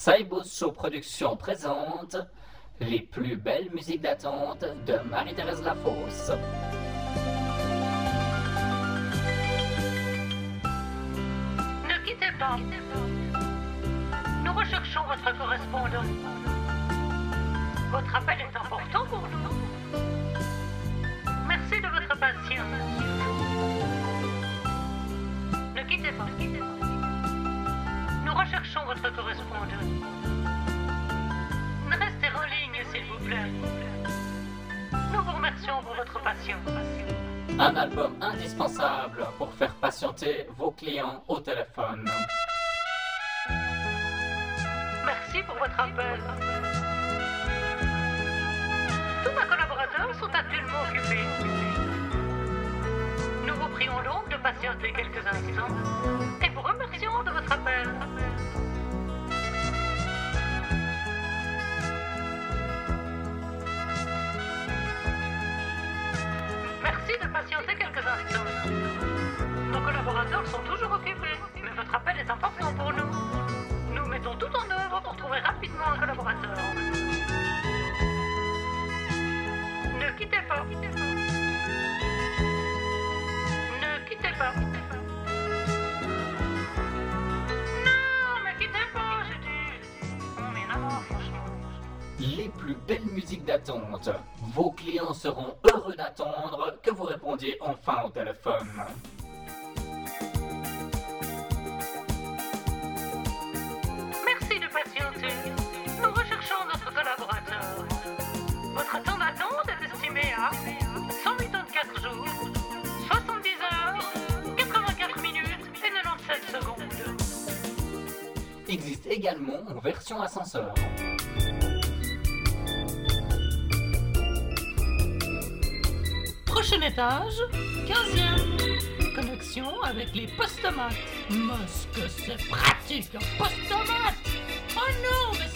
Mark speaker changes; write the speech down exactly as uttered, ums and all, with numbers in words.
Speaker 1: Saibos Show Productions présente les plus belles musiques d'attente de Marie-Thérèse Lafosse.
Speaker 2: Ne quittez pas. Nous recherchons votre correspondant. Votre appel est important pour nous. Merci de votre patience. Ne quittez pas. Nous recherchons votre correspondant. Restez en ligne, s'il vous plaît. Nous vous remercions pour votre patience.
Speaker 1: Un album indispensable pour faire patienter vos clients au téléphone.
Speaker 2: Merci pour votre appel. Tous nos collaborateurs sont actuellement occupés. Nous vous prions donc de patienter quelques instants et vous remercions de votre appel. Merci de patienter quelques instants. Nos collaborateurs sont toujours occupés, mais votre appel est important pour nous. Nous mettons tout en œuvre pour trouver rapidement un collaborateur. Ne quittez pas. Ne quittez pas. Non, mais quittez pas, j'ai dit. Non, mais non, franchement.
Speaker 1: Les plus belles musiques d'attente. Vos clients seront heureux d'attendre que vous répondiez enfin au téléphone.
Speaker 2: Merci de patienter. Nous recherchons notre collaborateur. Votre temps d'attente est estimé à cent quatre-vingt-quatre jours, soixante-dix heures, quatre-vingt-quatre minutes et quatre-vingt-dix-sept secondes.
Speaker 1: Existe également en version ascenseur.
Speaker 2: Prochain étage, quinzième. Connexion avec les postomates. Mais ce que c'est pratique, un postomate! Oh non, mais